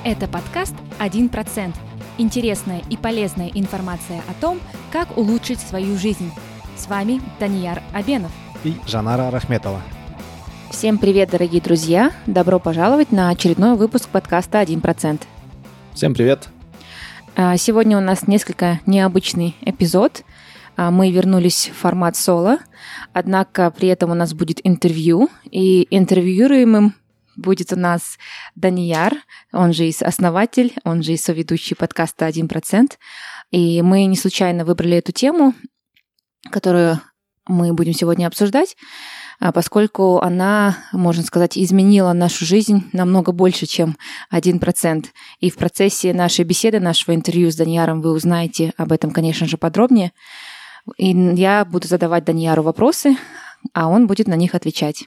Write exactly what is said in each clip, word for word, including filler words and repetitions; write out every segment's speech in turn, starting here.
Это подкаст «один процент». Интересная и полезная информация о том, как улучшить свою жизнь. С вами Данияр Абенов и Жанара Рахметова. Всем привет, дорогие друзья! Добро пожаловать на очередной выпуск подкаста «один процент». Всем привет! Сегодня у нас несколько необычный эпизод. Мы вернулись в формат соло, однако при этом у нас будет интервью, и интервьюируемым будет у нас Данияр, он же и основатель, он же и соведущий подкаста «один процент». И мы не случайно выбрали эту тему, которую мы будем сегодня обсуждать, поскольку она, можно сказать, изменила нашу жизнь намного больше, чем один процент. И в процессе нашей беседы, нашего интервью с Данияром вы узнаете об этом, конечно же, подробнее. И я буду задавать Данияру вопросы, а он будет на них отвечать.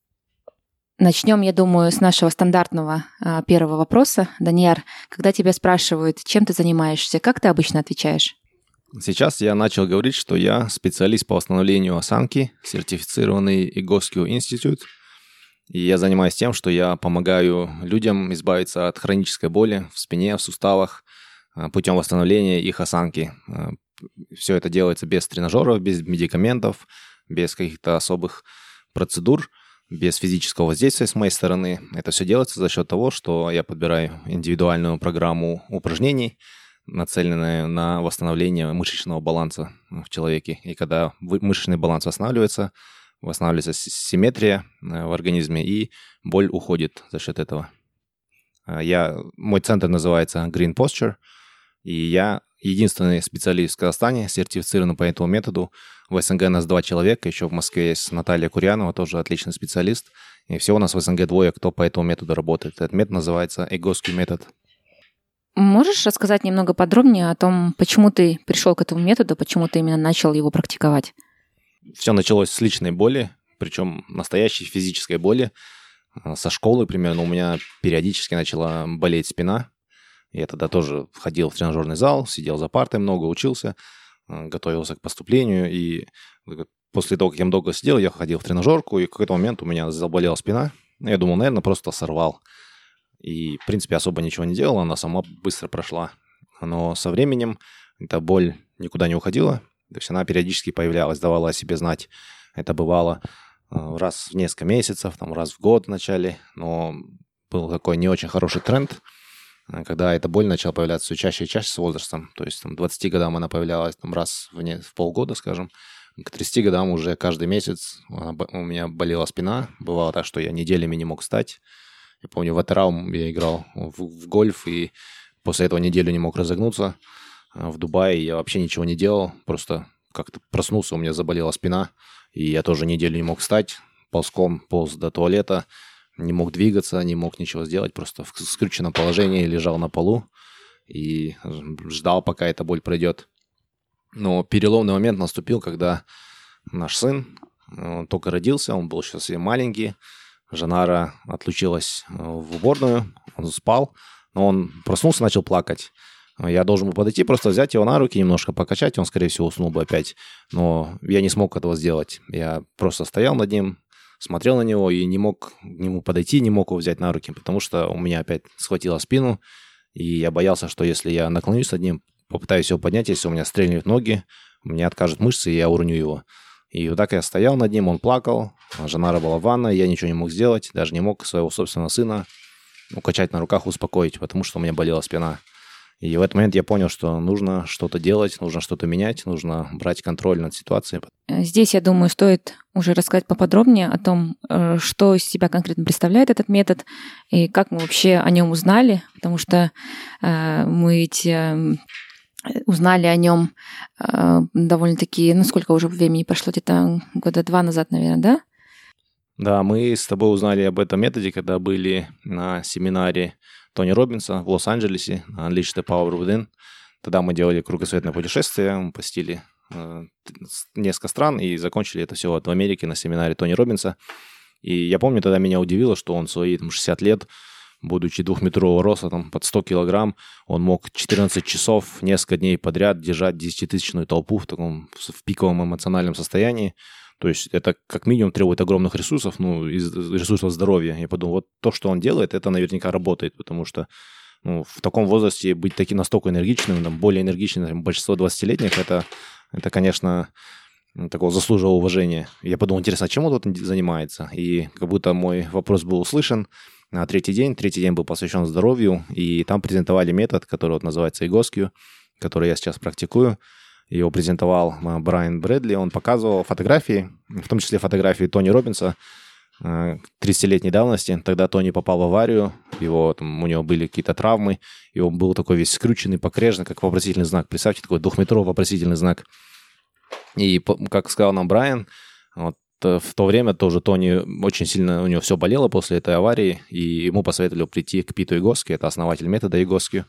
Начнем, я думаю, с нашего стандартного а, первого вопроса. Данияр, когда тебя спрашивают, чем ты занимаешься, как ты обычно отвечаешь? Сейчас я начал говорить, что я специалист по восстановлению осанки, сертифицированный Egoscue Institute. И я занимаюсь тем, что я помогаю людям избавиться от хронической боли в спине, в суставах путем восстановления их осанки. Все это делается без тренажеров, без медикаментов, без каких-то особых процедур, без физического воздействия с моей стороны. Это все делается за счет того, что я подбираю индивидуальную программу упражнений, нацеленную на восстановление мышечного баланса в человеке. И когда мышечный баланс восстанавливается, восстанавливается симметрия в организме, и боль уходит за счет этого. Я, мой центр называется Green Posture, и я единственный специалист в Казахстане, сертифицированный по этому методу. В СНГ нас два человека, еще в Москве есть Наталья Курьянова, тоже отличный специалист. И всего у нас в СНГ двое, кто по этому методу работает. Этот метод называется Egoscue метод. Можешь рассказать немного подробнее о том, почему ты пришел к этому методу, почему ты именно начал его практиковать? Все началось с личной боли, причем настоящей физической боли. Со школы примерно у меня периодически начала болеть спина. Я тогда тоже ходил в тренажерный зал, сидел за партой много, учился, готовился к поступлению. И после того, как я долго сидел, я ходил в тренажерку, и в какой-то момент у меня заболела спина. Я думал, наверное, просто сорвал. И, в принципе, особо ничего не делал, она сама быстро прошла. Но со временем эта боль никуда не уходила. То есть она периодически появлялась, давала о себе знать. Это бывало раз в несколько месяцев, там, раз в год в начале. Но был такой не очень хороший тренд, когда эта боль начала появляться все чаще и чаще с возрастом. То есть там, к двадцати годам она появлялась там, раз в, не, в полгода, скажем. К тридцати годам уже каждый месяц у меня болела спина. Бывало так, что я неделями не мог встать. Я помню, в Атырау я играл в, в гольф, и после этого неделю не мог разогнуться. В Дубае я вообще ничего не делал, просто как-то проснулся, у меня заболела спина, и я тоже неделю не мог встать, ползком полз до туалета, не мог двигаться, не мог ничего сделать, просто в скрюченном положении лежал на полу и ждал, пока эта боль пройдет. Но переломный момент наступил, когда наш сын, он только родился, он был еще совсем маленький. Жанара отлучилась в уборную, он спал, но он проснулся, начал плакать. Я должен был подойти, просто взять его на руки, немножко покачать, он, скорее всего, уснул бы опять. Но я не смог этого сделать. Я просто стоял над ним, смотрел на него и не мог к нему подойти, не мог его взять на руки, потому что у меня опять схватило спину, и я боялся, что если я наклонюсь над ним, попытаюсь его поднять, если у меня стрельнут ноги, у меня откажут мышцы, и я уроню его. И вот так я стоял над ним, он плакал, Жанара была в ванной, я ничего не мог сделать, даже не мог своего собственного сына укачать на руках, успокоить, потому что у меня болела спина. И в этот момент я понял, что нужно что-то делать, нужно что-то менять, нужно брать контроль над ситуацией. Здесь, я думаю, стоит уже рассказать поподробнее о том, что из себя конкретно представляет этот метод и как мы вообще о нем узнали, потому что мы ведь узнали о нем э, довольно-таки, ну сколько уже времени прошло, где-то года два назад, наверное, да? Да, мы с тобой узнали об этом методе, когда были на семинаре Тони Роббинса в Лос-Анджелесе на Unleash the Power Within. Тогда мы делали кругосветное путешествие, мы посетили э, несколько стран и закончили это все вот в Америке на семинаре Тони Роббинса. И я помню, тогда меня удивило, что он в свои там, шестьдесят лет, будучи двухметрового роста, там, под сто килограмм, он мог четырнадцать часов, несколько дней подряд держать десятитысячную толпу в таком в пиковом эмоциональном состоянии. То есть это как минимум требует огромных ресурсов, ну, из ресурсов здоровья. Я подумал, вот то, что он делает, это наверняка работает, потому что ну, в таком возрасте быть таким настолько энергичным, там, более энергичным, чем большинство двадцатилетних, это, это, конечно, такого заслуживало уважения. Я подумал, интересно, а чем он тут занимается? И как будто мой вопрос был услышан на третий день. Третий день был посвящен здоровью, и там презентовали метод, который вот называется Egoscue, который я сейчас практикую. Его презентовал Брайан Брэдли, он показывал фотографии, в том числе фотографии Тони Роббинса тридцатилетней давности. Тогда Тони попал в аварию, его, там, у него были какие-то травмы, и он был такой весь скрюченный, покрежный, как вопросительный знак. Представьте, такой двухметровый вопросительный знак. И, как сказал нам Брайан, вот, в то время тоже Тони очень сильно, у него все болело после этой аварии, и ему посоветовали прийти к Питу Egoscue, это основатель метода Egoscue.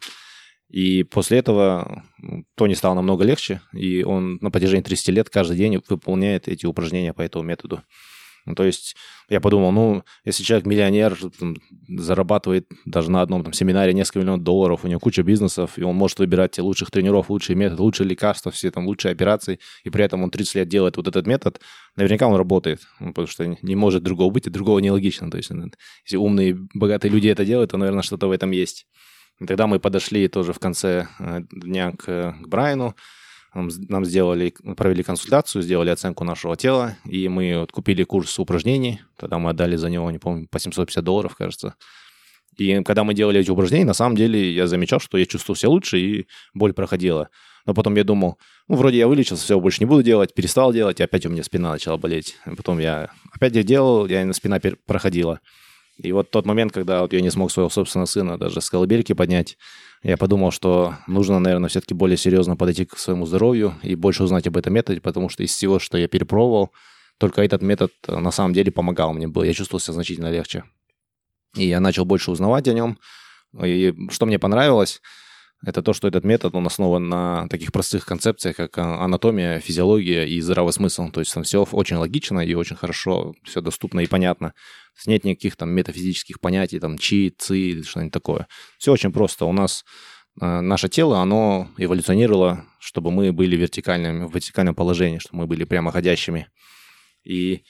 И после этого Тони стало намного легче, и он на протяжении тридцати лет каждый день выполняет эти упражнения по этому методу. Ну, то есть я подумал, ну, если человек миллионер, там, зарабатывает даже на одном там, семинаре несколько миллионов долларов, у него куча бизнесов, и он может выбирать те лучших тренеров, лучшие методы, лучшие лекарства, все там лучшие операции, и при этом он тридцать лет делает вот этот метод, наверняка он работает, потому что не может другого быть, и другого нелогично. То есть если умные, богатые люди это делают, то, наверное, что-то в этом есть. И тогда мы подошли тоже в конце дня к, к Брайану, нам сделали, провели консультацию, сделали оценку нашего тела, и мы вот купили курс упражнений, тогда мы отдали за него, не помню, по семьсот пятьдесят долларов, кажется. И когда мы делали эти упражнения, на самом деле я замечал, что я чувствовал себя лучше, и боль проходила. Но потом я думал, ну, вроде я вылечился, все, больше не буду делать, перестал делать, и опять у меня спина начала болеть. И потом я опять их делал, и спина проходила. И вот тот момент, когда вот я не смог своего собственного сына даже с колыбельки поднять, я подумал, что нужно, наверное, все-таки более серьезно подойти к своему здоровью и больше узнать об этом методе, потому что из всего, что я перепробовал, только этот метод на самом деле помогал мне. Я чувствовал себя значительно легче. И я начал больше узнавать о нем. И что мне понравилось, это то, что этот метод, он основан на таких простых концепциях, как анатомия, физиология и здравый смысл. То есть там все очень логично и очень хорошо, все доступно и понятно. То есть нет никаких там метафизических понятий, там чи, ци или что-нибудь такое. Все очень просто. У нас э, наше тело, оно эволюционировало, чтобы мы были вертикальными, в вертикальном положении, чтобы мы были прямоходящими. И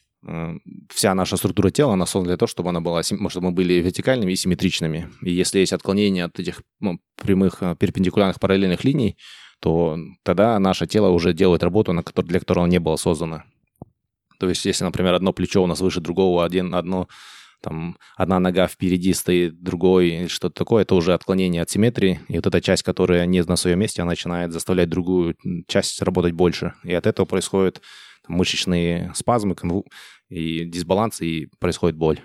вся наша структура тела, она создана для того, чтобы она была, чтобы мы были вертикальными и симметричными. И если есть отклонение от этих ну, прямых перпендикулярных параллельных линий, то тогда наше тело уже делает работу, для которой оно не было создано. То есть если, например, одно плечо у нас выше другого, один, одно, там, одна нога впереди стоит другой, или что-то такое, это уже отклонение от симметрии. И вот эта часть, которая не на своем месте, она начинает заставлять другую часть работать больше. И от этого происходит мышечные спазмы и дисбаланс, и происходит боль.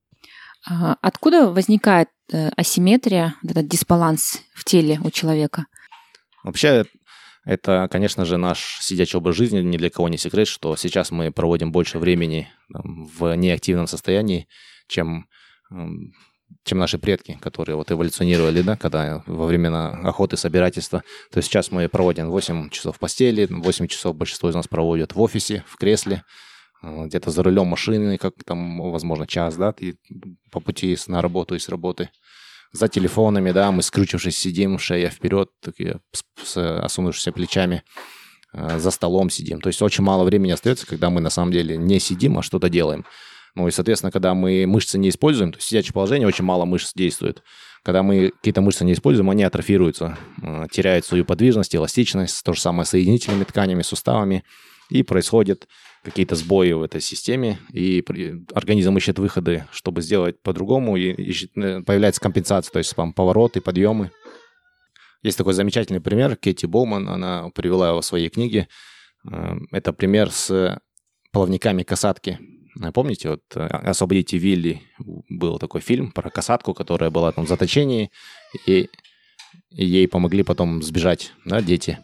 Откуда возникает асимметрия, этот дисбаланс в теле у человека? Вообще, это, конечно же, наш сидячий образ жизни. Ни для кого не секрет, что сейчас мы проводим больше времени там, в неактивном состоянии, чем, чем наши предки, которые вот эволюционировали, да, когда во времена охоты, собирательства. То есть сейчас мы проводим восемь часов в постели, восемь часов большинство из нас проводят в офисе, в кресле, где-то за рулем машины, как там, возможно, час, да, и по пути на работу и с работы. За телефонами, да, мы скрючившись сидим, шея вперед, такие, с осунувшимися плечами, за столом сидим. То есть очень мало времени остается, когда мы на самом деле не сидим, а что-то делаем. Ну и, соответственно, когда мы мышцы не используем, то есть сидячее положение, очень мало мышц действует. Когда мы какие-то мышцы не используем, они атрофируются, теряют свою подвижность, эластичность, то же самое с соединительными тканями, суставами, и происходят какие-то сбои в этой системе, и организм ищет выходы, чтобы сделать по-другому, и ищет, появляется компенсация, то есть там повороты, подъемы. Есть такой замечательный пример, Кэти Боуман, она привела его в своей книге. Это пример с плавниками касатки. Помните, вот «Освободите Вилли» был такой фильм про касатку, которая была там в заточении, и, и ей помогли потом сбежать, да, дети.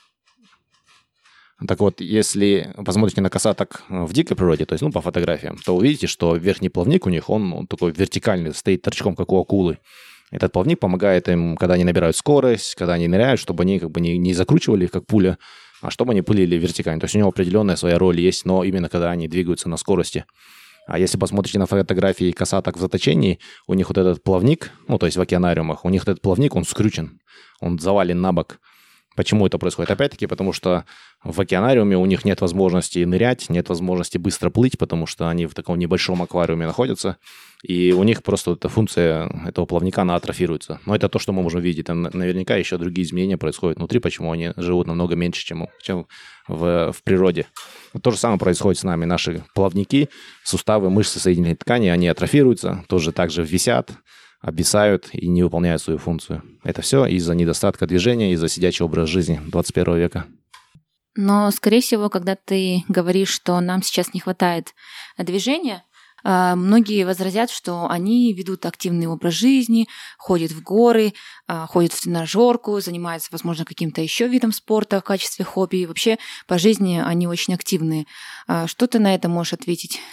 Так вот, если посмотрите на касаток в дикой природе, то есть, ну, по фотографиям, то увидите, что верхний плавник у них, он, он такой вертикальный, стоит торчком, как у акулы. Этот плавник помогает им, когда они набирают скорость, когда они ныряют, чтобы они как бы не, не закручивали их, как пуля, а чтобы они пылили вертикально. То есть у него определенная своя роль есть, но именно когда они двигаются на скорости. А если посмотрите на фотографии касаток в заточении, у них вот этот плавник, ну, то есть в океанариумах, у них этот плавник, он скрючен, он завален на бок. Почему это происходит? Опять-таки, потому что в океанариуме у них нет возможности нырять, нет возможности быстро плыть, потому что они в таком небольшом аквариуме находятся, и у них просто эта функция этого плавника, она атрофируется. Но это то, что мы можем видеть. Там наверняка еще другие изменения происходят внутри, почему они живут намного меньше, чем, чем в, в природе. То же самое происходит с нами. Наши плавники, суставы, мышцы, соединительные ткани, они атрофируются, тоже так же висят, обвисают и не выполняют свою функцию. Это все из-за недостатка движения, из-за сидячего образа жизни двадцать первого века. Но, скорее всего, когда ты говоришь, что нам сейчас не хватает движения, многие возразят, что они ведут активный образ жизни, ходят в горы, ходят в тренажерку, занимаются, возможно, каким-то еще видом спорта в качестве хобби. И вообще по жизни они очень активные. Что ты на это можешь ответить?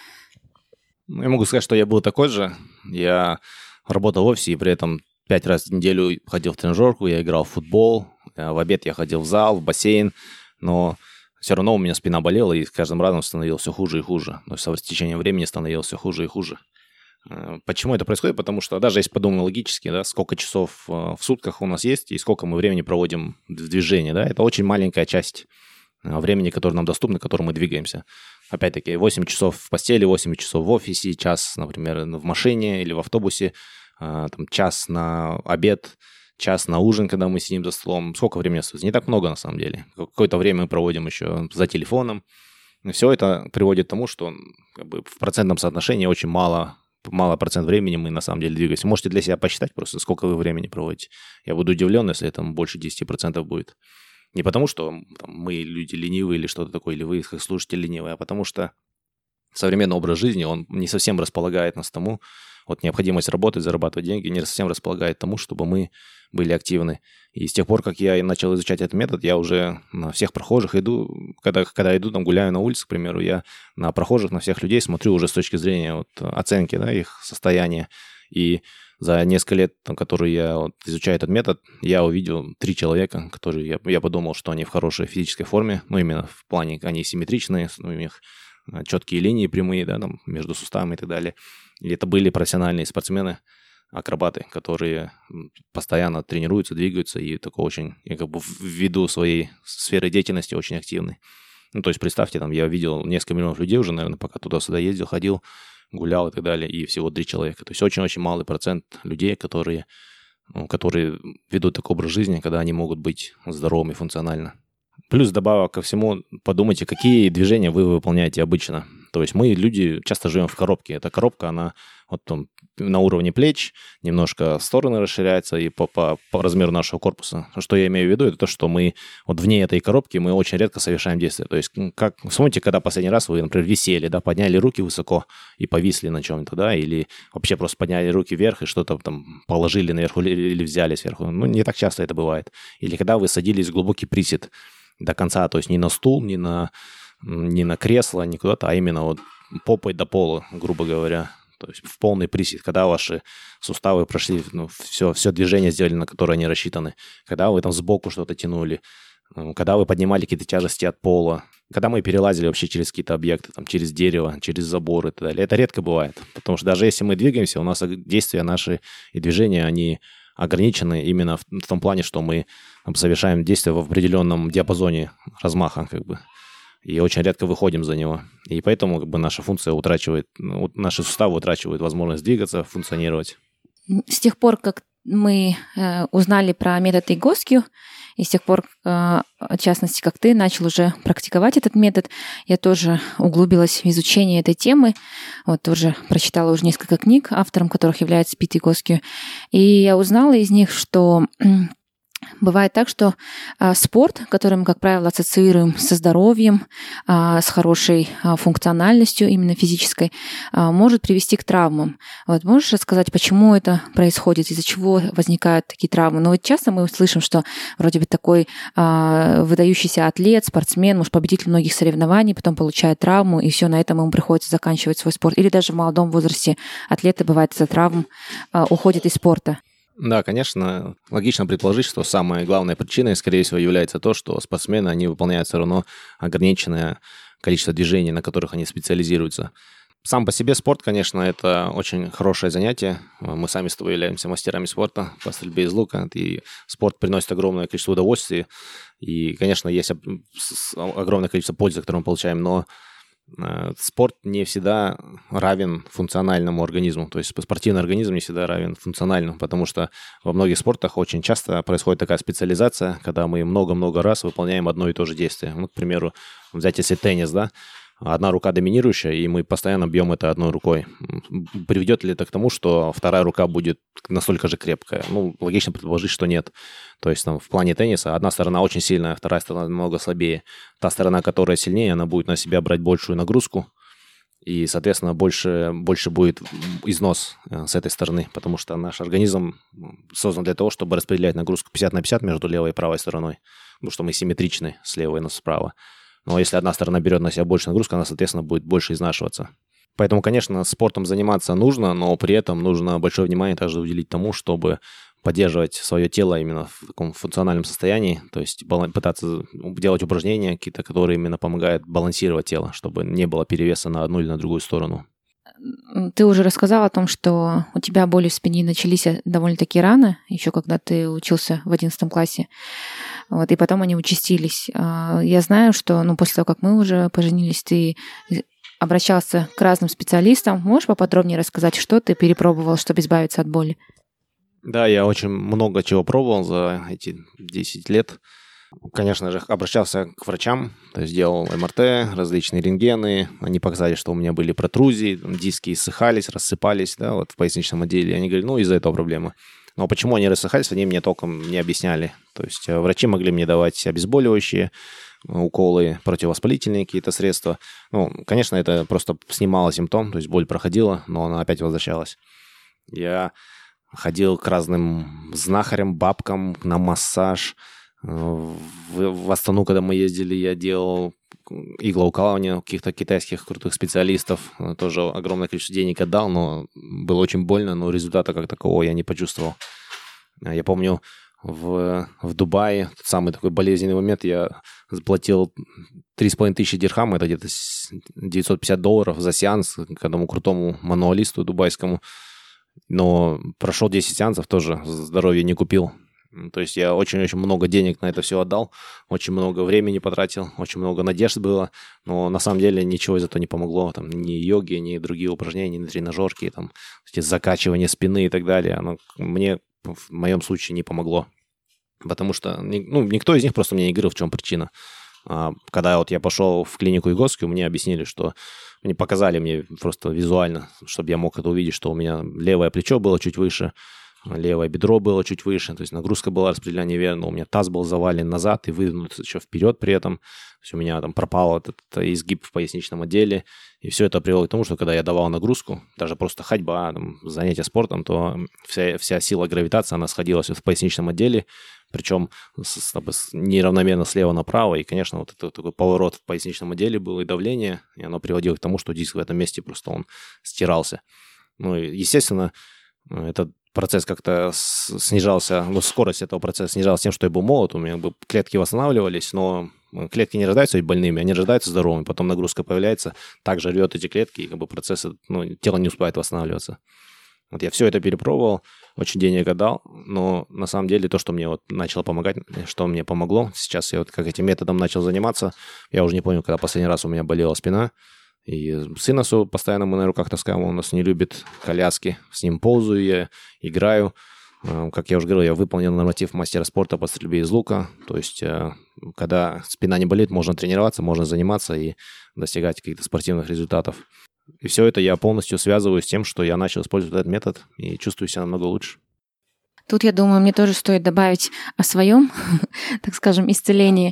Я могу сказать, что я был такой же. Я работал в офисе и при этом пять раз в неделю ходил в тренажерку, я играл в футбол, в обед я ходил в зал, в бассейн, но все равно у меня спина болела, и с каждым разом становилось все хуже и хуже. То есть с течением времени становилось все хуже и хуже. Почему это происходит? Потому что даже если подумать логически, да, сколько часов в сутках у нас есть и сколько мы времени проводим в движении, да, это очень маленькая часть времени, которое нам доступно, которым мы двигаемся. Опять-таки, восемь часов в постели, восемь часов в офисе, час, например, в машине или в автобусе, там, час на обед, час на ужин, когда мы сидим за столом. Сколько времени остается? Не так много, на самом деле. Какое-то время мы проводим еще за телефоном. Все это приводит к тому, что как бы, в процентном соотношении очень мало, мало процент времени мы на самом деле двигаемся. Можете для себя посчитать просто, сколько вы времени проводите. Я буду удивлен, если это больше десять процентов будет. Не потому, что там, мы люди ленивые или что-то такое, или вы, как слушатели, ленивые, а потому что современный образ жизни, он не совсем располагает нас тому, вот необходимость работать, зарабатывать деньги, не совсем располагает тому, чтобы мы были активны. И с тех пор, как я начал изучать этот метод, я уже на всех прохожих иду, когда, когда иду, там, гуляю на улице, к примеру, я на прохожих, на всех людей смотрю уже с точки зрения вот, оценки, да, их состояния. И за несколько лет, там, которые я вот, изучаю этот метод, я увидел три человека, которые я, я подумал, что они в хорошей физической форме, ну, именно в плане, они симметричные, ну, у них четкие линии прямые, да, там, между суставами и так далее. И это были профессиональные спортсмены, акробаты, которые постоянно тренируются, двигаются и такой очень, и как бы ввиду своей сферы деятельности очень активны. Ну, то есть, представьте, там, я видел несколько миллионов людей уже, наверное, пока туда-сюда ездил, ходил, гулял и так далее, и всего три человека. То есть, очень-очень малый процент людей, которые, ну, которые ведут такой образ жизни, когда они могут быть здоровыми функционально. Плюс, добавок ко всему, подумайте, какие движения вы выполняете обычно. То есть мы, люди, часто живем в коробке. Эта коробка, она вот там на уровне плеч, немножко в стороны расширяется и по, по, по размеру нашего корпуса. Что я имею в виду, это то, что мы вот вне этой коробки мы очень редко совершаем действия. То есть, как, вспомните, когда последний раз вы, например, висели, да, подняли руки высоко и повисли на чем-то, да, или вообще просто подняли руки вверх и что-то там положили наверху или взяли сверху. Ну, не так часто это бывает. Или когда вы садились в глубокий присед до конца, то есть не на стул, не на, не на кресло, не куда-то, а именно вот попой до пола, грубо говоря. То есть в полный присед, когда ваши суставы прошли, ну, все, все движение сделали, на которое они рассчитаны, когда вы там сбоку что-то тянули, когда вы поднимали какие-то тяжести от пола, когда мы перелазили вообще через какие-то объекты, там, через дерево, через заборы и так далее. Это редко бывает, потому что даже если мы двигаемся, у нас действия наши и движения, они ограничены именно в, в том плане, что мы совершаем действия в определенном диапазоне размаха, как бы, и очень редко выходим за него. И поэтому как бы наша функция утрачивает, ну, наши суставы утрачивают возможность двигаться, функционировать. С тех пор, как мы э, узнали про метод Игоскью, и с тех пор, э, в частности, как ты начал уже практиковать этот метод, я тоже углубилась в изучение этой темы. Вот тоже прочитала уже несколько книг, автором которых является Пит Игоскью. И я узнала из них, что бывает так, что а, спорт, который мы, как правило, ассоциируем со здоровьем, а, с хорошей а, функциональностью, именно физической, а, может привести к травмам. Вот можешь рассказать, почему это происходит, из-за чего возникают такие травмы? Но вот часто мы слышим, что вроде бы такой а, выдающийся атлет, спортсмен, может, победитель многих соревнований, потом получает травму, и все, на этом ему приходится заканчивать свой спорт. Или даже в молодом возрасте атлеты, бывает, из-за травм а, уходят из спорта. Да, конечно, логично предположить, что самой главной причиной, скорее всего, является то, что спортсмены, они выполняют все равно ограниченное количество движений, на которых они специализируются. Сам по себе спорт, конечно, это очень хорошее занятие. Мы сами с тобой являемся мастерами спорта по стрельбе из лука, и спорт приносит огромное количество удовольствия. И, конечно, есть огромное количество пользы, которую мы получаем, но спорт не всегда равен функциональному организму. То есть спортивный организм не всегда равен функциональному, потому что во многих спортах очень часто происходит такая специализация, когда мы много-много раз выполняем одно и то же действие. Ну, к примеру, взять если теннис, да, одна рука доминирующая, и мы постоянно бьем это одной рукой. Приведет ли это к тому, что вторая рука будет настолько же крепкая? Ну, логично предположить, что нет. То есть там, в плане тенниса одна сторона очень сильная, вторая сторона намного слабее. Та сторона, которая сильнее, она будет на себя брать большую нагрузку, и, соответственно, больше, больше будет износ с этой стороны, потому что наш организм создан для того, чтобы распределять нагрузку пятьдесят на пятьдесят между левой и правой стороной, потому что мы симметричны слева и справа. Но если одна сторона берет на себя больше нагрузку, она, соответственно, будет больше изнашиваться. Поэтому, конечно, спортом заниматься нужно, но при этом нужно большое внимание также уделить тому, чтобы поддерживать свое тело именно в таком функциональном состоянии, то есть пытаться делать упражнения какие-то, которые именно помогают балансировать тело, чтобы не было перевеса на одну или на другую сторону. Ты уже рассказал о том, что у тебя боли в спине начались довольно-таки рано, еще когда ты учился в одиннадцатом классе, вот, и потом они участились. Я знаю, что ну, после того, как мы уже поженились, ты обращался к разным специалистам. Можешь поподробнее рассказать, что ты перепробовал, чтобы избавиться от боли? Да, я очень много чего пробовал за эти десять лет. Конечно же, обращался к врачам, то есть делал эм эр тэ, различные рентгены. Они показали, что у меня были протрузии, диски иссыхались, рассыпались, да, вот в поясничном отделе. Они говорят, ну, из-за этого проблемы. Но почему они рассыхались, они мне толком не объясняли. То есть врачи могли мне давать обезболивающие, уколы, противовоспалительные какие-то средства. Ну, конечно, это просто снимало симптом, то есть боль проходила, но она опять возвращалась. Я ходил к разным знахарям, бабкам на массаж. В, в Астану, когда мы ездили, я делал иглоукалывание у каких-то китайских крутых специалистов. Тоже огромное количество денег отдал, но было очень больно, но результата как такового я не почувствовал. Я помню, в, в Дубае, тот самый такой болезненный момент, я заплатил три с половиной тысячи дирхам, это где-то девятьсот пятьдесят долларов за сеанс к одному крутому мануалисту дубайскому. Но прошел десять сеансов, тоже здоровье не купил. То есть я очень-очень много денег на это все отдал, очень много времени потратил, очень много надежд было, но на самом деле ничего из этого не помогло. Там, ни йоги, ни другие упражнения, ни тренажерки, там, эти закачивания спины и так далее. Оно мне в моем случае не помогло, потому что ну, никто из них просто мне не говорил, в чем причина. А когда вот я пошел в клинику Игоскию, мне объяснили, что они показали мне просто визуально, чтобы я мог это увидеть, что у меня левое плечо было чуть выше, левое бедро было чуть выше, то есть нагрузка была распределена неверно, у меня таз был завален назад и выдвинут еще вперед при этом, то есть у меня там пропал этот изгиб в поясничном отделе, и все это привело к тому, что когда я давал нагрузку, даже просто ходьба, там, занятия спортом, то вся, вся сила гравитации, она сходилась в поясничном отделе, причем с, с, неравномерно слева направо, и, конечно, вот это, такой поворот в поясничном отделе был и давление, и оно приводило к тому, что диск в этом месте просто он стирался. Ну, и, естественно, этот процесс как-то снижался, ну, скорость этого процесса снижалась тем, что я был молод, у меня бы клетки восстанавливались, но клетки не рождаются больными, они рождаются здоровыми, потом нагрузка появляется, также рвет эти клетки, и как бы процессы, ну, тело не успевает восстанавливаться. Вот я все это перепробовал, очень денег отдал, но на самом деле то, что мне вот начало помогать, что мне помогло, сейчас я вот как этим методом начал заниматься, я уже не помню, когда последний раз у меня болела спина, и сына своего постоянно мы на руках таскаем, он нас не любит, коляски, с ним ползаю я, играю. Как я уже говорил, я выполнил норматив мастера спорта по стрельбе из лука, то есть когда спина не болит, можно тренироваться, можно заниматься и достигать каких-то спортивных результатов. И все это я полностью связываю с тем, что я начал использовать этот метод и чувствую себя намного лучше. Тут, я думаю, мне тоже стоит добавить о своем, так скажем, исцелении.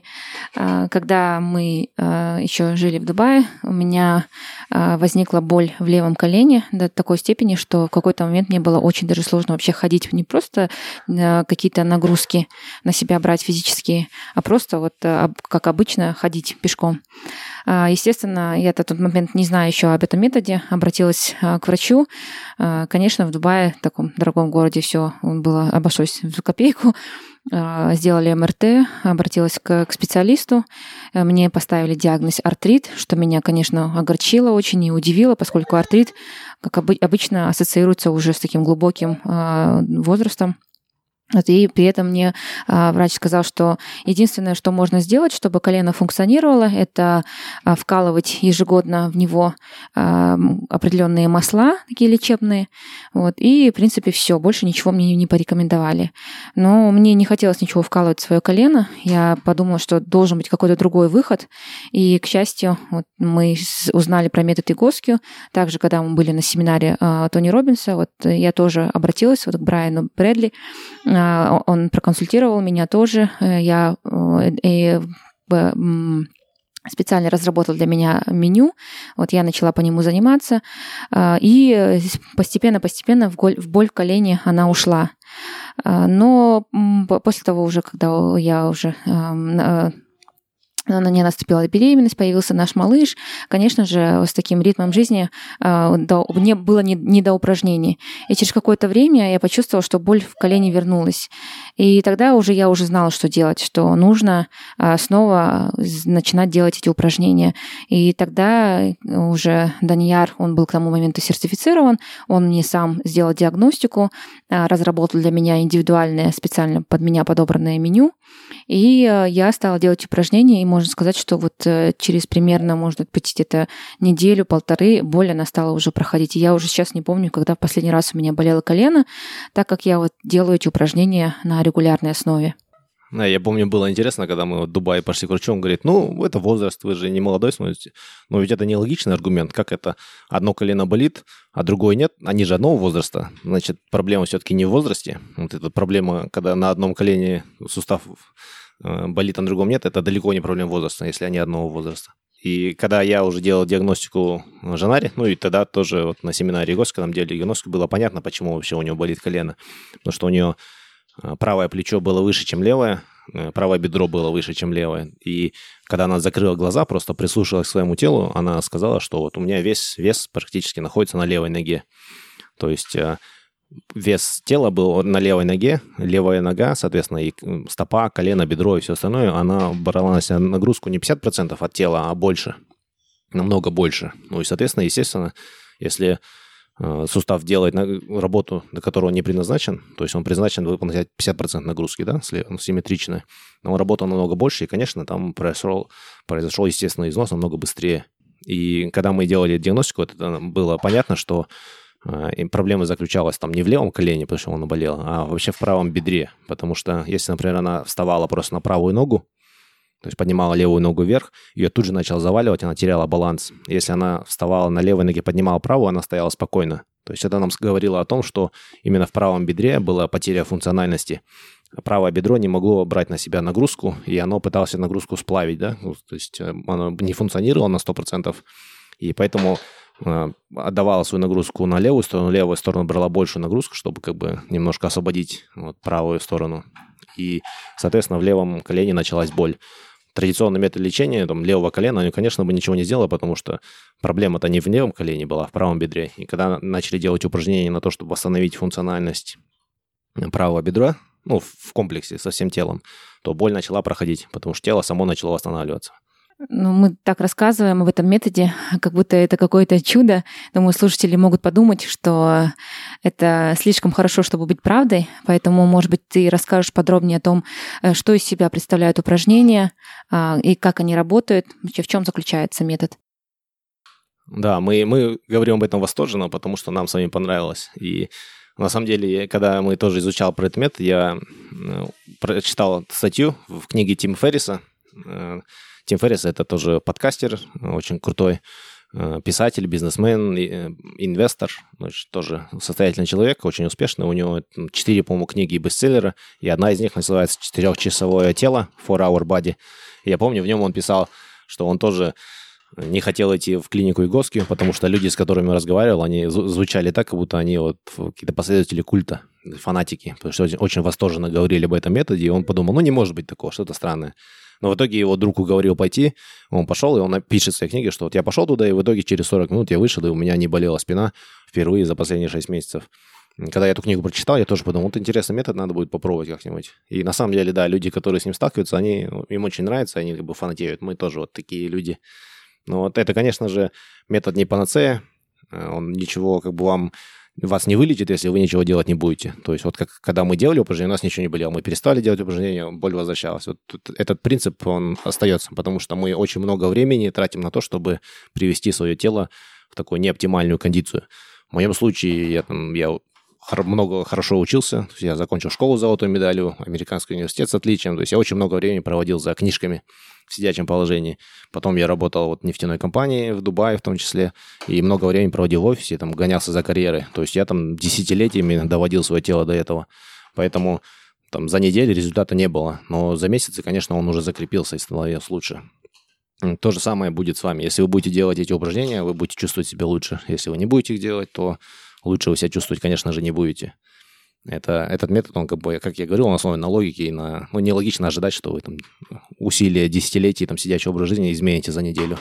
Когда мы еще жили в Дубае, у меня возникла боль в левом колене до такой степени, что в какой-то момент мне было очень даже сложно вообще ходить. Не просто какие-то нагрузки на себя брать физические, а просто вот как обычно ходить пешком. Естественно, я в тот момент, не знаю еще об этом методе, обратилась к врачу. Конечно, в Дубае, в таком дорогом городе, все было обошлось в копейку. сделали эм эр тэ, обратилась к, к специалисту, мне поставили диагноз артрит, что меня, конечно, огорчило очень и удивило, поскольку артрит, как обычно, ассоциируется уже с таким глубоким возрастом. И при этом мне а, врач сказал, что единственное, что можно сделать, чтобы колено функционировало, это а, вкалывать ежегодно в него а, определенные масла, такие лечебные. Вот, и, в принципе, все. Больше ничего мне не порекомендовали. Но мне не хотелось ничего вкалывать в свое колено. Я подумала, что должен быть какой-то другой выход. И, к счастью, вот, мы узнали про метод Игоскью. Также, когда мы были на семинаре а, Тони Роббинса, вот, я тоже обратилась вот, к Брайану Брэдли. Он проконсультировал меня тоже. Я и специально разработал для меня меню. Вот я начала по нему заниматься. И постепенно-постепенно в боль в колене она ушла. Но после того уже, когда я уже... на не наступила беременность, появился наш малыш. Конечно же, с таким ритмом жизни мне было не до упражнений. И через какое-то время я почувствовала, что боль в колене вернулась. И тогда уже я уже знала, что делать, что нужно снова начинать делать эти упражнения. И тогда уже Данияр, он был к тому моменту сертифицирован, он мне сам сделал диагностику, разработал для меня индивидуальное, специально под меня подобранное меню. И я стала делать упражнения, и можно сказать, что вот через примерно, может быть, где-то неделю-полторы боль она стала уже проходить. И я уже сейчас не помню, когда в последний раз у меня болело колено, так как я вот делаю эти упражнения на регулярной основе. Да, я помню, было интересно, когда мы в Дубае пошли к врачу, он говорит, ну, это возраст, вы же не молодой смотрите. Но ведь это не логичный аргумент, как это одно колено болит, а другое нет, они же одного возраста. Значит, проблема все-таки не в возрасте. Вот эта проблема, когда на одном колене сустав болит, а на другом нет, это далеко не проблема возраста, если они одного возраста. И когда я уже делал диагностику Жанаре, ну и тогда тоже вот на семинаре Игоски, когда мы делали диагностику, было понятно, почему вообще у него болит колено. Потому что у нее правое плечо было выше, чем левое, правое бедро было выше, чем левое. И когда она закрыла глаза, просто прислушалась к своему телу, она сказала, что вот у меня весь вес практически находится на левой ноге. То есть вес тела был на левой ноге, левая нога, соответственно, и стопа, колено, бедро и все остальное, она брала на себя нагрузку не пятьдесят процентов от тела, а больше, намного больше. Ну и, соответственно, естественно, если сустав делает работу, до которой он не предназначен, то есть он предназначен выполнять пятьдесят процентов нагрузки, да, симметрично, но он работал намного больше, и, конечно, там произошел, произошел естественный износ намного быстрее. И когда мы делали диагностику, это было понятно, что проблема заключалась там не в левом колене, потому что он болел, а вообще в правом бедре, потому что если, например, она вставала просто на правую ногу, то есть поднимала левую ногу вверх, ее тут же начал заваливать, она теряла баланс. Если она вставала на левой ноге, поднимала правую, она стояла спокойно. То есть это нам говорило о том, что именно в правом бедре была потеря функциональности. Правое бедро не могло брать на себя нагрузку, и оно пыталось нагрузку сплавить, да, то есть оно не функционировало на сто процентов, и поэтому отдавала свою нагрузку на левую сторону, левая сторона брала большую нагрузку, чтобы как бы немножко освободить вот, правую сторону. И, соответственно, в левом колене началась боль. Традиционный метод лечения там, левого колена, они, конечно, бы ничего не сделали, потому что проблема-то не в левом колене была, а в правом бедре. И когда начали делать упражнения на то, чтобы восстановить функциональность правого бедра, ну, в комплексе со всем телом, то боль начала проходить, потому что тело само начало восстанавливаться. Ну, мы так рассказываем об этом методе, как будто это какое-то чудо. Думаю, слушатели могут подумать, что это слишком хорошо, чтобы быть правдой. Поэтому, может быть, ты расскажешь подробнее о том, что из себя представляют упражнения и как они работают, вообще в чем заключается метод. Да, мы, мы говорим об этом восторженно, потому что нам самим понравилось. И на самом деле, когда мы тоже изучал про этот метод, я прочитал статью в книге Тима Ферриса. Тим Феррис – это тоже подкастер, очень крутой писатель, бизнесмен, инвестор, значит, тоже состоятельный человек, очень успешный. У него четыре, по-моему, книги и бестселлера, и одна из них называется «Четырехчасовое тело», four hour body. И я помню, в нем он писал, что он тоже не хотел идти в клинику Игоски, потому что люди, с которыми он разговаривал, они звучали так, как будто они вот какие-то последователи культа, фанатики, потому что очень восторженно говорили об этом методе, и он подумал, ну не может быть такого, что-то странное. Но в итоге его друг уговорил пойти, он пошел, и он пишет в своей книге, что вот я пошел туда, и в итоге через сорок минут я вышел, и у меня не болела спина впервые за последние шесть месяцев. Когда я эту книгу прочитал, я тоже подумал, вот интересный метод, надо будет попробовать как-нибудь. И на самом деле, да, люди, которые с ним сталкиваются, они, им очень нравится, они как бы фанатеют. Мы тоже вот такие люди. Но вот это, конечно же, метод не панацея. Он ничего как бы вам... Вас не вылечит, если вы ничего делать не будете. То есть вот как когда мы делали упражнения, у нас ничего не болело. Мы перестали делать упражнения, боль возвращалась. Вот этот принцип, он остается, потому что мы очень много времени тратим на то, чтобы привести свое тело в такую неоптимальную кондицию. В моем случае я, там, я много хорошо учился. Я закончил школу с золотой медалью, американский университет с отличием. То есть я очень много времени проводил за книжками в сидячем положении. Потом я работал вот в нефтяной компании в Дубае в том числе. И много времени проводил в офисе, там гонялся за карьерой. То есть я там десятилетиями доводил свое тело до этого. Поэтому там за неделю результата не было. Но за месяцы, конечно, он уже закрепился и становился лучше. То же самое будет с вами. Если вы будете делать эти упражнения, вы будете чувствовать себя лучше. Если вы не будете их делать, то лучше вы себя чувствовать, конечно же, не будете. Это, этот метод, он, как бы, как я говорил, он основан на логике и на... Ну, нелогично ожидать, что вы там усилия десятилетий там, сидячего образа жизни измените за неделю.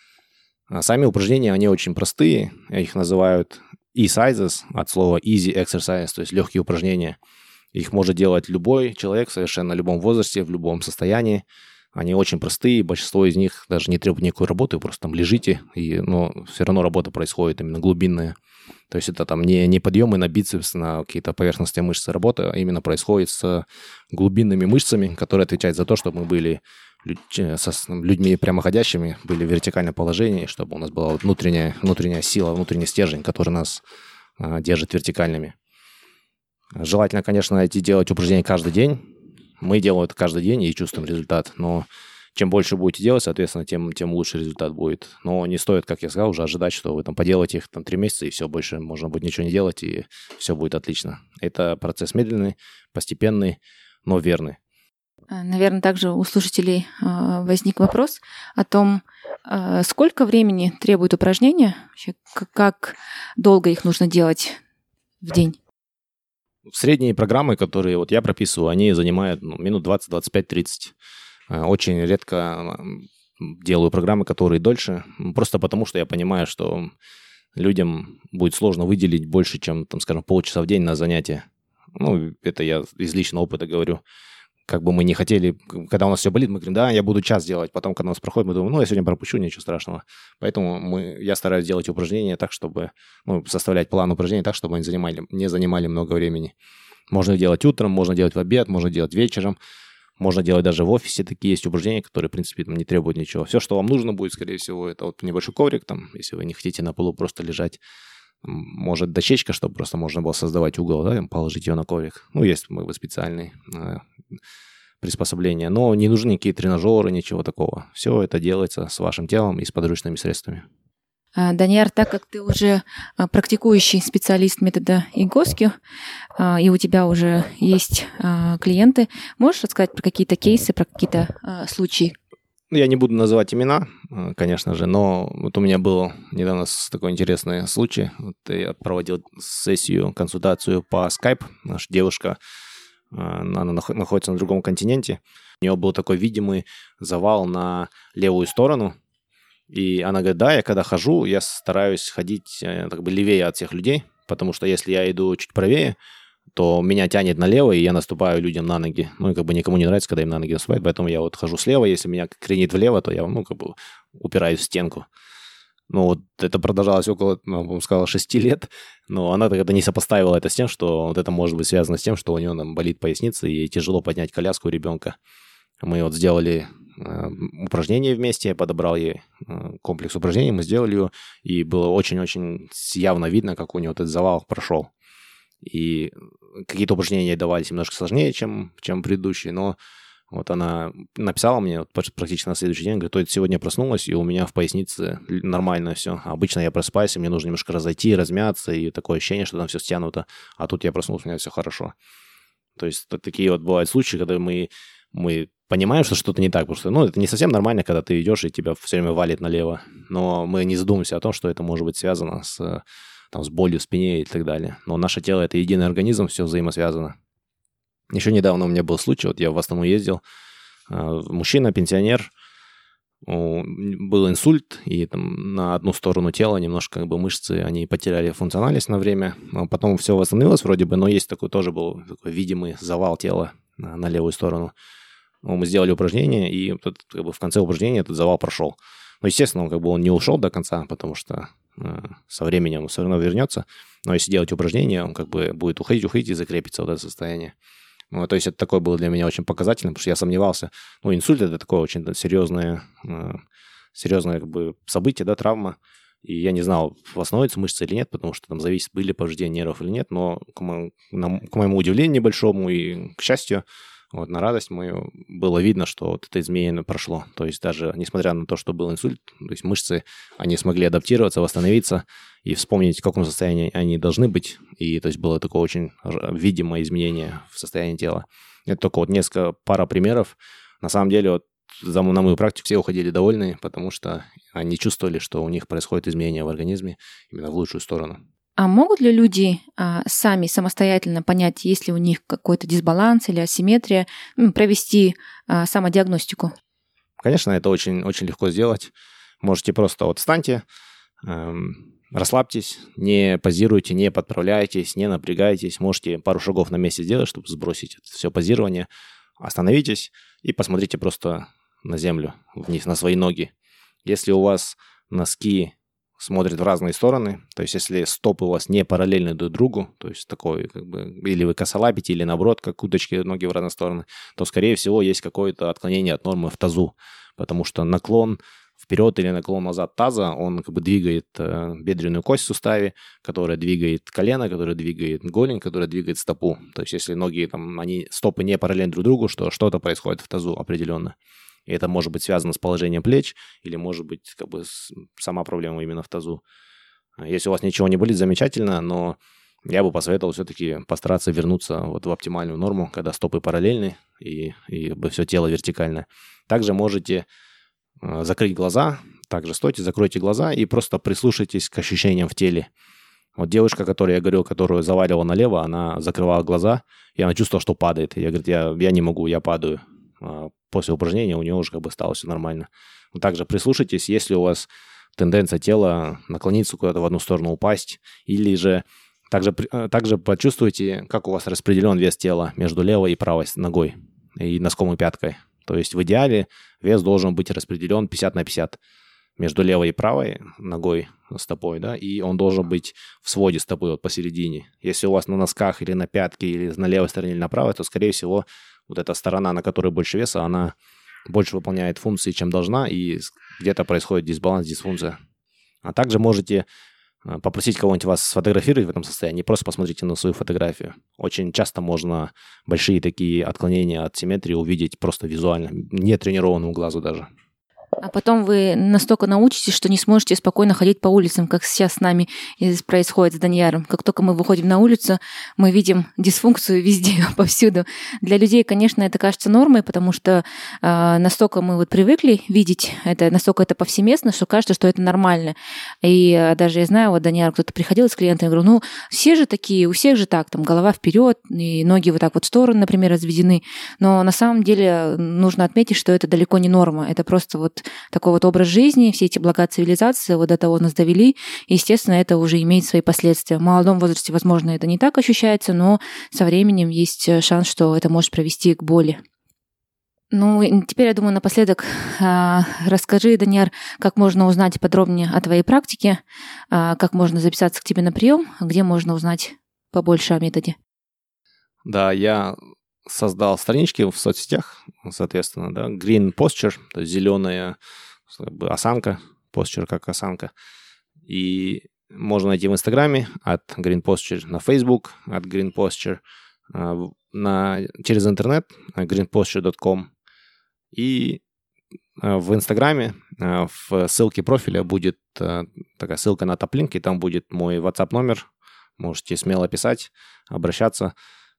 А сами упражнения, они очень простые. Их называют E-sizes от слова easy exercise, то есть легкие упражнения. Их может делать любой человек в совершенно любом возрасте, в любом состоянии. Они очень простые, большинство из них даже не требует никакой работы, вы просто там лежите, и, но все равно работа происходит именно глубинная. То есть это там не, не подъемы на бицепс, на какие-то поверхностные мышцы, работа именно происходит с глубинными мышцами, которые отвечают за то, чтобы мы были со людьми прямоходящими, были в вертикальном положении, чтобы у нас была внутренняя, внутренняя сила, внутренний стержень, который нас а, держит вертикальными. Желательно, конечно, найти делать упражнения каждый день. Мы делаем это каждый день и чувствуем результат, но чем больше будете делать, соответственно, тем, тем лучше результат будет. Но не стоит, как я сказал, уже ожидать, что вы там поделаете их там три месяца, и все, больше можно будет ничего не делать, и все будет отлично. Это процесс медленный, постепенный, но верный. Наверное, также у слушателей возник вопрос о том, сколько времени требует упражнения, вообще, как долго их нужно делать в день. Средние программы, которые вот я прописываю, они занимают ну, минут двадцать, двадцать пять, тридцать. Очень редко делаю программы, которые дольше, просто потому что я понимаю, что людям будет сложно выделить больше, чем, там, скажем, полчаса в день на занятия. Ну, это я из личного опыта говорю. Как бы мы не хотели, когда у нас все болит, мы говорим, да, я буду час делать. Потом, когда у нас проходит, мы думаем, ну, я сегодня пропущу, ничего страшного. Поэтому мы, я стараюсь делать упражнения так, чтобы, ну, составлять план упражнений так, чтобы они занимали, не занимали много времени. Можно делать утром, можно делать в обед, можно делать вечером. Можно делать даже в офисе. Такие есть упражнения, которые, в принципе, там, не требуют ничего. Все, что вам нужно будет, скорее всего, это вот небольшой коврик, там, если вы не хотите на полу просто лежать. Может, дощечка, чтобы просто можно было создавать угол, да, положить ее на коврик. Ну, есть специальные э, приспособления. Но не нужны никакие тренажеры, ничего такого. Все это делается с вашим телом и с подручными средствами. Данияр, так как ты уже практикующий специалист метода Игоскю, и у тебя уже есть клиенты, можешь рассказать про какие-то кейсы, про какие-то случаи? Я не буду называть имена, конечно же, но вот у меня был недавно такой интересный случай. Вот я проводил сессию, консультацию по Skype. Наша девушка, она находится на другом континенте. У нее был такой видимый завал на левую сторону. И она говорит, да, я когда хожу, я стараюсь ходить как бы левее от всех людей, потому что если я иду чуть правее, то меня тянет налево, и я наступаю людям на ноги. Ну, и как бы никому не нравится, когда им на ноги наступают, поэтому я вот хожу слева, если меня кренит влево, то я, ну, как бы упираюсь в стенку. Ну, вот это продолжалось около, ну, я бы сказал, шести лет, но она тогда не сопоставила это с тем, что вот это может быть связано с тем, что у нее там болит поясница, и ей тяжело поднять коляску у ребенка. Мы вот сделали э, упражнение вместе, я подобрал ей э, комплекс упражнений, мы сделали ее, и было очень-очень явно видно, как у нее этот завал прошел. И какие-то упражнения давались немножко сложнее, чем, чем предыдущие, но вот она написала мне вот практически на следующий день, говорит, то сегодня проснулась, и у меня в пояснице нормально все. Обычно я просыпаюсь, и мне нужно немножко разойти, размяться, и такое ощущение, что там все стянуто, а тут я проснулся, у меня все хорошо. То есть такие вот бывают случаи, когда мы, мы понимаем, что что-то не так, потому что, ну, это не совсем нормально, когда ты идешь, и тебя все время валит налево, но мы не задумываемся о том, что это может быть связано с... там, с болью в спине и так далее. Но наше тело – это единый организм, все взаимосвязано. Еще недавно у меня был случай, вот я в Астану ездил, мужчина, пенсионер, был инсульт, и там на одну сторону тела немножко как бы мышцы, они потеряли функциональность на время. Потом все восстановилось вроде бы, но есть такой тоже был такой видимый завал тела на, на левую сторону. Мы сделали упражнение, и тут, как бы, в конце упражнения этот завал прошел. Но, естественно, он, как бы, он не ушел до конца, потому что э, со временем он все равно вернется. Но если делать упражнение, он как бы будет уходить, уходить и закрепится вот это состояние. Ну, то есть это такое было для меня очень показательно, потому что я сомневался. Ну, инсульт – это такое очень серьезное, э, серьезное как бы, событие, да, травма. И я не знал, восстановится мышца или нет, потому что там зависит, были повреждения нервов или нет. Но к моему, на, к моему удивлению небольшому и к счастью, вот, на радость мою было видно, что вот это изменение прошло. То есть даже несмотря на то, что был инсульт, то есть мышцы, они смогли адаптироваться, восстановиться и вспомнить, в каком состоянии они должны быть. И то есть было такое очень видимое изменение в состоянии тела. Это только вот несколько, пара примеров. На самом деле, вот за, на мою практику все уходили довольны, потому что они чувствовали, что у них происходит изменение в организме именно в лучшую сторону. А могут ли люди а, сами самостоятельно понять, есть ли у них какой-то дисбаланс или асимметрия, провести а, самодиагностику? Конечно, это очень, очень легко сделать. Можете просто вот встаньте, эм, расслабьтесь, не позируйте, не подправляйтесь, не напрягайтесь. Можете пару шагов на месте сделать, чтобы сбросить это все позирование. Остановитесь и посмотрите просто на землю, вниз, на свои ноги. Если у вас носки смотрят в разные стороны, то есть если стопы у вас не параллельны друг другу, то есть такой, как бы, или вы косолапите, или наоборот, как удочки, ноги в разные стороны, то, скорее всего, есть какое-то отклонение от нормы в тазу, потому что наклон вперед или наклон назад таза, он как бы двигает э, бедренную кость в суставе, которая двигает колено, которая двигает голень, которая двигает стопу. То есть если ноги, там, они, стопы не параллельны друг другу, что что-то происходит в тазу определенно. И это может быть связано с положением плеч или может быть как бы сама проблема именно в тазу. Если у вас ничего не болит, замечательно, но я бы посоветовал все-таки постараться вернуться вот в оптимальную норму, когда стопы параллельны и, и все тело вертикальное. Также можете закрыть глаза, также стойте, закройте глаза и просто прислушайтесь к ощущениям в теле. Вот девушка, которой я говорил, которую заваливала налево, она закрывала глаза, и она чувствовала, что падает. Я говорю, я, я не могу, я падаю. После упражнения у нее уже как бы стало все нормально. Также прислушайтесь, если у вас тенденция тела наклониться куда-то в одну сторону, упасть, или же также, также почувствуйте, как у вас распределен вес тела между левой и правой ногой, и носком и пяткой. То есть в идеале вес должен быть распределен пятьдесят на пятьдесят между левой и правой ногой, стопой, да, и он должен быть в своде стопы вот посередине. Если у вас на носках или на пятке, или на левой стороне, или на правой, то, скорее всего, вот эта сторона, на которой больше веса, она больше выполняет функции, чем должна, и где-то происходит дисбаланс, дисфункция. А также можете попросить кого-нибудь вас сфотографировать в этом состоянии, просто посмотрите на свою фотографию. Очень часто можно большие такие отклонения от симметрии увидеть просто визуально, не тренированному глазу даже. А потом вы настолько научитесь, что не сможете спокойно ходить по улицам, как сейчас с нами происходит с Данияром. Как только мы выходим на улицу, мы видим дисфункцию везде, повсюду. Для людей, конечно, это кажется нормой, потому что э, настолько мы вот привыкли видеть это, настолько это повсеместно, что кажется, что это нормально. И э, даже я знаю, вот Данияр, кто-то приходил с клиентом, я говорю, ну, все же такие, у всех же так, там, голова вперед, и ноги вот так вот в сторону, например, разведены. Но на самом деле нужно отметить, что это далеко не норма. Это просто вот такой вот образ жизни, все эти блага цивилизации вот до того нас довели, и, естественно, это уже имеет свои последствия. В молодом возрасте, возможно, это не так ощущается, но со временем есть шанс, что это может привести к боли. Ну, теперь, я думаю, напоследок расскажи, Данияр, как можно узнать подробнее о твоей практике, как можно записаться к тебе на прием, где можно узнать побольше о методе. Да, я создал странички в соцсетях, соответственно, да, Green Posture, то есть зеленая как бы, осанка, posture как осанка. И можно найти в Инстаграме от Green Posture, на Facebook от Green Posture, на, через интернет green posture dot com. И в Инстаграме в ссылке профиля будет такая ссылка на топ-линк, и там будет мой WhatsApp номер. Можете смело писать, обращаться.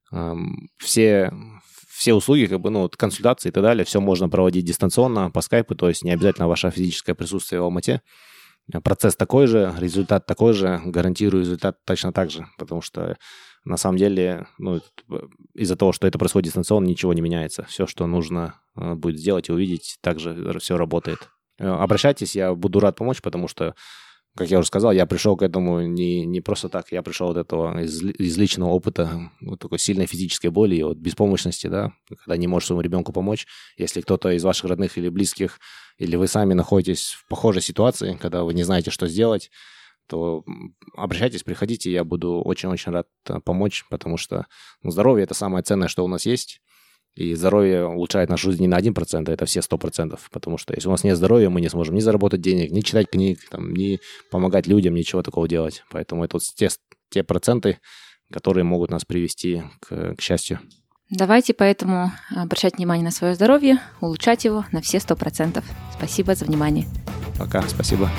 Все, все услуги, как бы, ну, вот консультации и так далее, все можно проводить дистанционно по скайпу, то есть не обязательно ваше физическое присутствие в Алмате. Процесс такой же, результат такой же, гарантирую результат точно так же, потому что на самом деле, ну, из-за того, что это происходит дистанционно, ничего не меняется. Все, что нужно будет сделать и увидеть, также все работает. обращайтесь, я буду рад помочь, потому что, как я уже сказал, я пришел к этому не, не просто так. Я пришел от этого из, из личного опыта, вот такой сильной физической боли и вот беспомощности, да, когда не можешь своему ребенку помочь. Если кто-то из ваших родных или близких, или вы сами находитесь в похожей ситуации, когда вы не знаете, что сделать, то обращайтесь, приходите, я буду очень-очень рад помочь, потому что ну, здоровье – это самое ценное, что у нас есть. И здоровье улучшает нашу жизнь не на один процент, а это все сто процентов. Потому что если у нас нет здоровья, мы не сможем ни заработать денег, ни читать книг, там, ни помогать людям, ничего такого делать. Поэтому это вот те, те проценты, которые могут нас привести к, к счастью. Давайте поэтому обращать внимание на свое здоровье, улучшать его на все сто процентов. Спасибо за внимание. Пока, спасибо.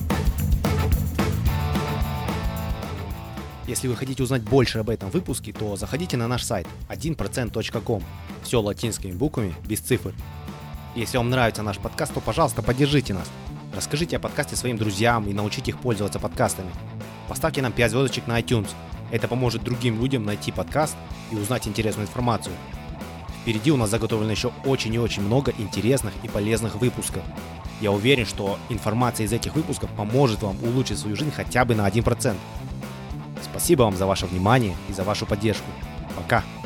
Если вы хотите узнать больше об этом выпуске, то заходите на наш сайт один процент точка ком. Все латинскими буквами, без цифр. Если вам нравится наш подкаст, то, пожалуйста, поддержите нас. Расскажите о подкасте своим друзьям и научите их пользоваться подкастами. Поставьте нам пять звездочек на iTunes. Это поможет другим людям найти подкаст и узнать интересную информацию. Впереди у нас заготовлено еще очень и очень много интересных и полезных выпусков. Я уверен, что информация из этих выпусков поможет вам улучшить свою жизнь хотя бы на один процент. Спасибо вам за ваше внимание и за вашу поддержку. Пока!